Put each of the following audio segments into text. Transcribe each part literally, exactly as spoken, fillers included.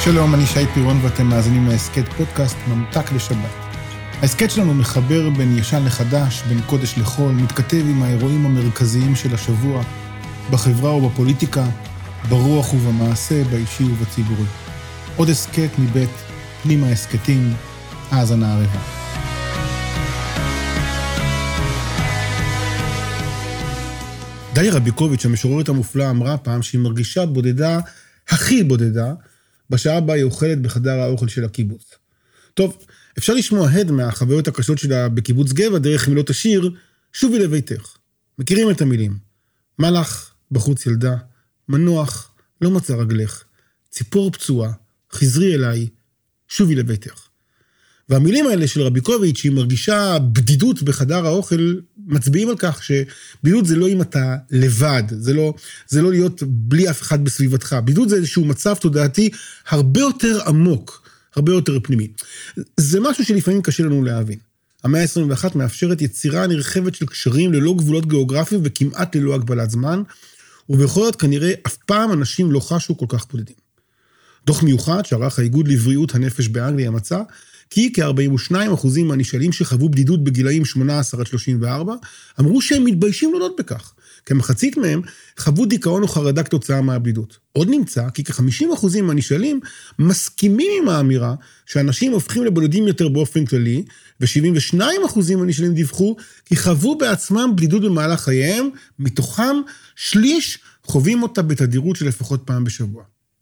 שלום, אני שי פירון ואתם מאזינים להסקט פודקאסט ממתק לשבת. ההסקט שלנו מחבר בין ישן לחדש, בין קודש לחול, מתכתב עם האירועים המרכזיים של השבוע, בחברה ובפוליטיקה, ברוח ובמעשה, באישי ובציבורי. עוד הסקט מבית פנימה הסקטים, האזנה ערבה. דליה רביקוביץ', המשוררת המופלאה, אמרה פעם שהיא מרגישה בודדה, הכי בודדה, בשעה בה היא אוכלת בחדר האוכל של הקיבוץ. טוב, אפשר לשמוע הד מהחוויות הקשות שלה בקיבוץ גבע דרך מילות השיר, שובי לביתך. מכירים את המילים. מלאך, בחוץ ילדה, מנוח, לא מצא רגלך, ציפור פצועה, חזרי אליי, שובי לביתך. והמילים האלה של רביקוביץ', שהיא מרגישה בדידות בחדר האוכל, מצביעים על כך שבדידות זה לא אם אתה לבד, זה לא, זה לא להיות בלי אף אחד בסביבתך. בדידות זה איזשהו מצב תודעתי הרבה יותר עמוק, הרבה יותר פנימי. זה משהו שלפעמים קשה לנו להבין. המאה ה-עשרים ואחת מאפשרת יצירה נרחבת של קשרים ללא גבולות גיאוגרפיים וכמעט ללא הגבלת זמן, ובכל זאת כנראה אף פעם אנשים לא חשו כל כך בודדים. דוח מיוחד שערך האיגוד לבריאות הנפש באנגליה מצא, כי כ-ארבעים ושניים אחוז מהנשאלים שחוו בדידות בגילאים שמונה עשרה עד שלושים וארבע, אמרו שהם מתביישים להודות בכך. כמחצית מהם חוו דיכאון או חרדה כתוצאה מהבדידות. עוד נמצא כי כ-חמישים אחוז מהנשאלים מסכימים עם האמירה שאנשים הופכים לבודדים יותר באופן כללי, ו-שבעים ושניים אחוז מהנשאלים דיווחו כי חוו בעצמם בדידות במהלך חייהם, מתוכם שליש חווים אותה בתדירות של לפחות פעם בשבוע.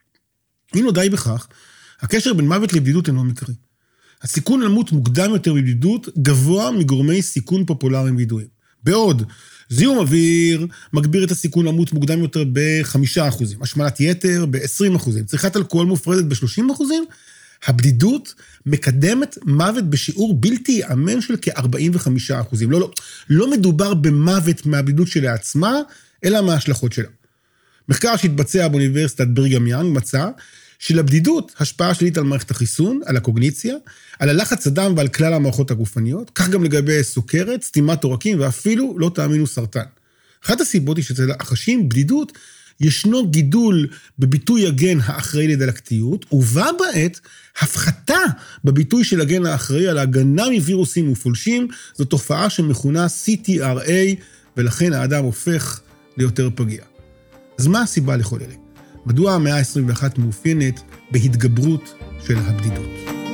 אם לא די בכך, הקשר בין מוות לבדידות אינו מקרי. הסיכון למות מוקדם יותר בבדידות גבוה מגורמי סיכון פופולריים וידועים. בעוד, זיהום אוויר מגביר את הסיכון למות מוקדם יותר ב-חמישה אחוז, השמנת יתר ב-עשרים אחוז, צריכת אלכוהול מופרזת ב-שלושים אחוז, הבדידות מקדמת מוות בשיעור בלתי ייאמן של כ-ארבעים וחמישה אחוז. לא, לא, לא מדובר במוות מהבדידות שלעצמה, אלא מההשלכות שלה. מחקר שהתבצע באוניברסיטת בריגהאם יאנג מצא שלבדידות השפעה שלילית על מערכת החיסון, על הקוגניציה, על הלחץ הדם ועל כלל המערכות הגופניות, כך גם לגבי סוכרת, סתימת עורקים ואפילו, לא תאמינו, סרטן. אחת הסיבות היא שאצל החשים בדידות ישנו גידול בביטוי הגן האחראי לדלקתיות, ובה בעת הפחתה בביטוי של הגן האחראי על ההגנה מווירוסים ופולשים, זו תופעה שמכונה סי טי אר איי, ולכן האדם הופך ליותר פגיע. אז מה הסיבה לכל אלה? מדוע המאה ה-עשרים ואחת מאופיינת בהתגברות של הבדידות?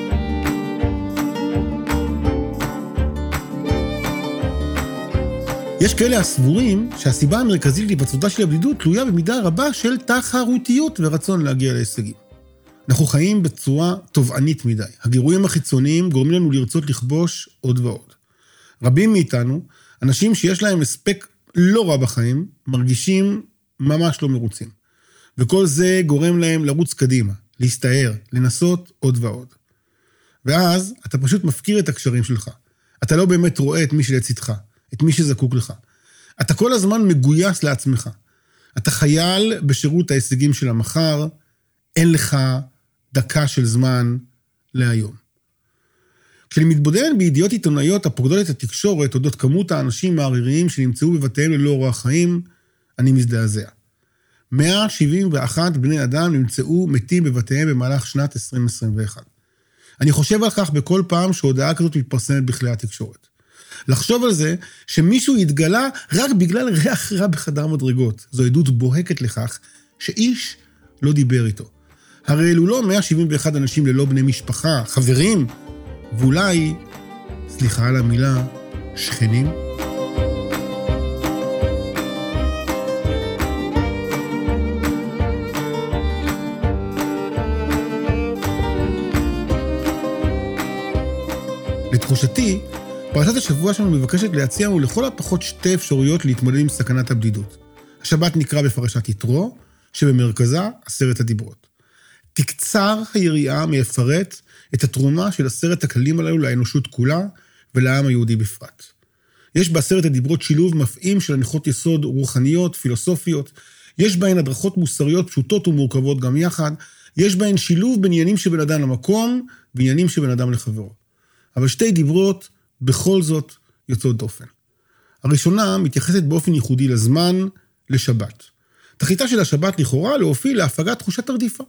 יש כאלה הסבורים שהסיבה המרכזית להיווצרותה של הבדידות תלויה במידה רבה של תחרותיות ורצון להגיע להישגים. אנחנו חיים בצורה תובענית מדי. הגירויים החיצוניים גורמים לנו לרצות לכבוש עוד ועוד. רבים מאיתנו, אנשים שיש להם הספק לא רע בחיים, מרגישים ממש לא מרוצים. וכל זה גורם להם לרוץ קדימה, להסתער, לנסות עוד ועוד. ואז אתה פשוט מפקיר את הקשרים שלך. אתה לא באמת רואה את מי שלצדך, את מי שזקוק לך. אתה כל הזמן מגויס לעצמך. אתה חייל בשירות ההישגים של המחר, אין לך דקה של זמן להיום. כשאני מתבודד בידיעות עיתונאיות הפוקדות את התקשורת, אודות כמות האנשים העריריים שנמצאו בבתיהם ללא אורח חיים, אני מזדעזע. מאה שבעים ואחד בני אדם נמצאו מתים בבתיהם במהלך שנת עשרים עשרים ואחת. אני חושב על כך בכל פעם שהודעה כזאת מתפרסמת בכלי התקשורת. לחשוב על זה שמישהו יתגלה רק בגלל ריח רע בחדר מדרגות. זו עדות בוהקת לכך שאיש לא דיבר איתו. הרי אלו לא מאה שבעים ואחד אנשים ללא בני משפחה, חברים, ואולי, סליחה על המילה, שכנים. לתחושתי, פרשת השבוע שלנו מבקשת להציע לנו לכל הפחות שתי אפשרויות להתמודד עם סכנת הבדידות. השבת נקרא בפרשת יתרו, שבמרכזה עשרת הדיברות. תקצר היריעה מיפרט את התרומה של עשרת הכללים הללו לאנושות כולה ולעם היהודי בפרט. יש בעשרת הדיברות שילוב מפעים של הנחות יסוד רוחניות, פילוסופיות, יש בהן הדרכות מוסריות פשוטות ומורכבות גם יחד, יש בהן שילוב בין עניינים שבין אדם למקום ועניינים שבין אדם לחברו. אבל שתי דיברות בכל זאת יוצאות דופן. הראשונה מתייחסת באופן ייחודי לזמן, לשבת. תכליתה של השבת לכאורה להופיע להפגת תחושת הרדיפה.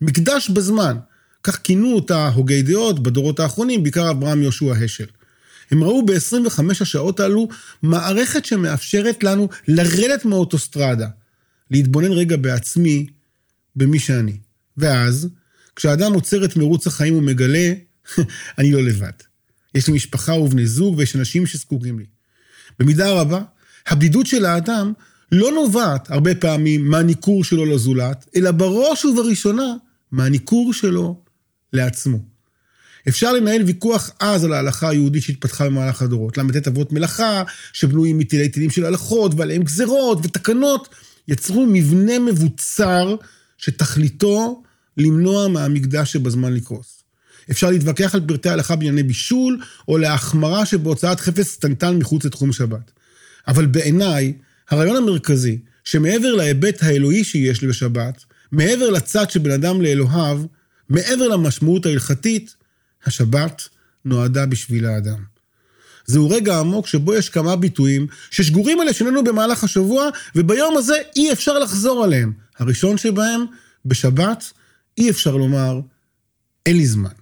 מקדש בזמן. כך כינו אותה הוגי דעות בדורות האחרונים, בעיקר אברהם יהושע השל. הם ראו ב-עשרים וחמש השעות האלו מערכת שמאפשרת לנו לרדת מאוטוסטרדה, להתבונן רגע בעצמי, במי שאני. ואז, כשאדם עוצר את מרוץ החיים ומגלה, אני לא לבד. יש לי משפחה ובני זוג ויש אנשים שזקוקים לי. במידה רבה, הבדידות של האדם לא נובעת הרבה פעמים מהניכור שלו לזולת, אלא בראש ובראשונה מהניכור שלו לעצמו. אפשר לנהל ויכוח אז על ההלכה היהודית שהתפתחה במהלך הדורות. למתת אבות מלאכה, שבנויים מתילי תילים של הלכות, ועליהם גזרות ותקנות, יצרו מבנה מבוצר שתכליתו למנוע מהמקדש שבזמן לקרוס. אפשר להתווכח על פרטי ההלכה בענייני בישול, או להחמרה שבהוצאת חפץ קטנטן מחוץ לתחום שבת. אבל בעיניי, הרעיון המרכזי, שמעבר להיבט האלוהי שיש לי בשבת, מעבר לצד שבין אדם לאלוהיו, מעבר למשמעות ההלכתית, השבת נועדה בשביל האדם. זהו רגע עמוק שבו יש כמה ביטויים ששגורים על לשוננו במהלך השבוע, וביום הזה אי אפשר לחזור עליהם. הראשון שבהם, בשבת, אי אפשר לומר, אין לי זמן.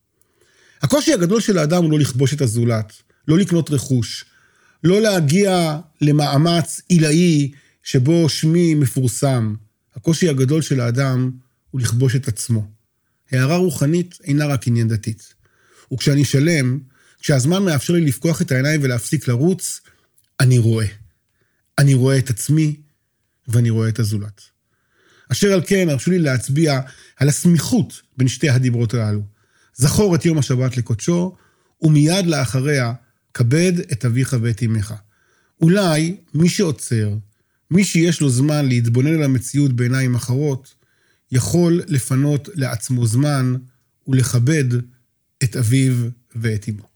הקושי הגדול של האדם הוא לא לכבוש את הזולת, לא לקנות רכוש, לא להגיע למאמץ עילאי שבו שמי מפורסם. הקושי הגדול של האדם הוא לכבוש את עצמו. הערה רוחנית אינה רק עניין דתית. וכשאני שלם, כשהזמן מאפשר לי לפקוח את העיניים ולהפסיק לרוץ, אני רואה. אני רואה את עצמי ואני רואה את הזולת. אשר על כן, הרשו לי להצביע על הסמיכות בין שתי הדיברות הללו. זכור את יום השבת לקודשו, ומיד לאחריה כבד את אביך ואת אמך. אולי מי שעוצר, מי שיש לו זמן להתבונן על המציאות בעיניים אחרות, יכול לפנות לעצמו זמן ולכבד את אביו ואת אמו.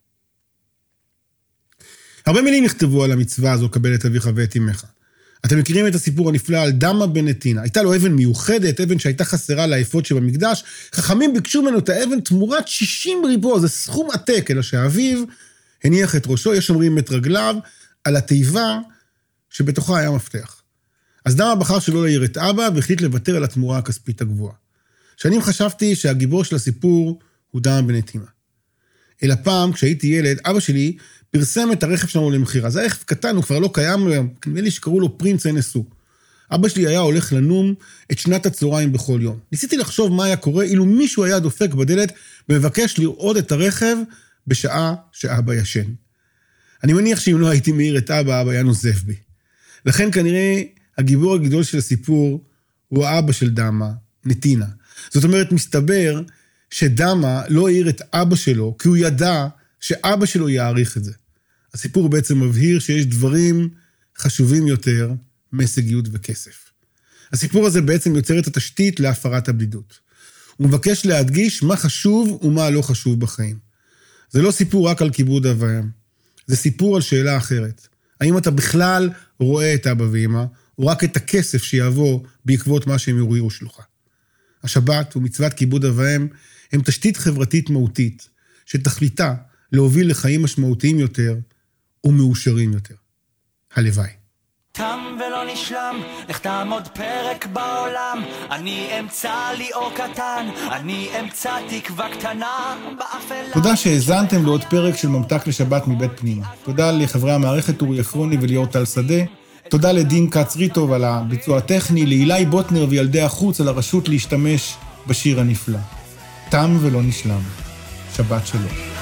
הרבה מילים נכתבו על המצווה הזו, כבד את אביך ואת אמך. אתם מכירים את הסיפור הנפלא על דמה בן נתינה. הייתה לו אבן מיוחדת, אבן שהייתה חסרה לאפוד שבמקדש. חכמים ביקשו ממנו את האבן תמורת שישים ריבו, זה סכום עתק, אלא שאביו הניח את ראשו, יש אומרים את רגליו, על התיבה שבתוכה היה מפתח. אז דמה בחר שלא להעיר את אבא, והחליט לוותר על התמורה הכספית הגבוהה. שנים חשבתי שהגיבור של הסיפור הוא דמה בן נתינה. אלא פעם, כשהייתי ילד, אבא שלי פרסם את הרכב שלנו למחירה. זה רכב קטן, הוא כבר לא קיים היום, כנראה לי שקראו לו פרינץ אנסו. אבא שלי היה הולך לנום את שנת הצהריים בכל יום. ניסיתי לחשוב מה היה קורה, אילו מישהו היה דופק בדלת, ומבקש לראות את הרכב בשעה שאבא ישן. אני מניח שאם לא הייתי מעיר את אבא, אבא היה נוזף בי. לכן כנראה הגיבור הגדול של הסיפור הוא האבא של דמה, נתינה. זאת אומרת, מסתבר שדמה לא העיר את אבא שלו, כי הוא ידע שאבא שלו יעריך את זה. הסיפור בעצם מבהיר שיש דברים חשובים יותר מהישגיות וכסף. הסיפור הזה בעצם יוצר את התשתית להפרת הבדידות. הוא מבקש להדגיש מה חשוב ומה לא חשוב בחיים. זה לא סיפור רק על כיבוד אב ואם, זה סיפור על שאלה אחרת. האם אתה בכלל רואה את אבא ואמא, או רק את הכסף שיעבור בעקבות מה שהם יורירו שלוחה? השבת ומצוות כיבוד אב ואם הם תשתית חברתית מהותית, שתכליתה להוביל לחיים משמעותיים יותר ומאושרים יותר. הלוואי. תם ולא נשלם, לך תעמוד פרק בעולם. אני אמצא לי אור קטן, אני אמצא תקווה קטנה באפלה. תודה שהזנתם לעוד פרק של ממתק לשבת מבית פנימה. תודה לחברי המערכת אורי עפרוני וליאור טל שדה. תודה לדין קץ ריטוב על הביצוע הטכני, לאילי בוטנר וילדי החוץ על הרשות להשתמש בשיר הנפלא. תם ולא נשלם. שבת שלום.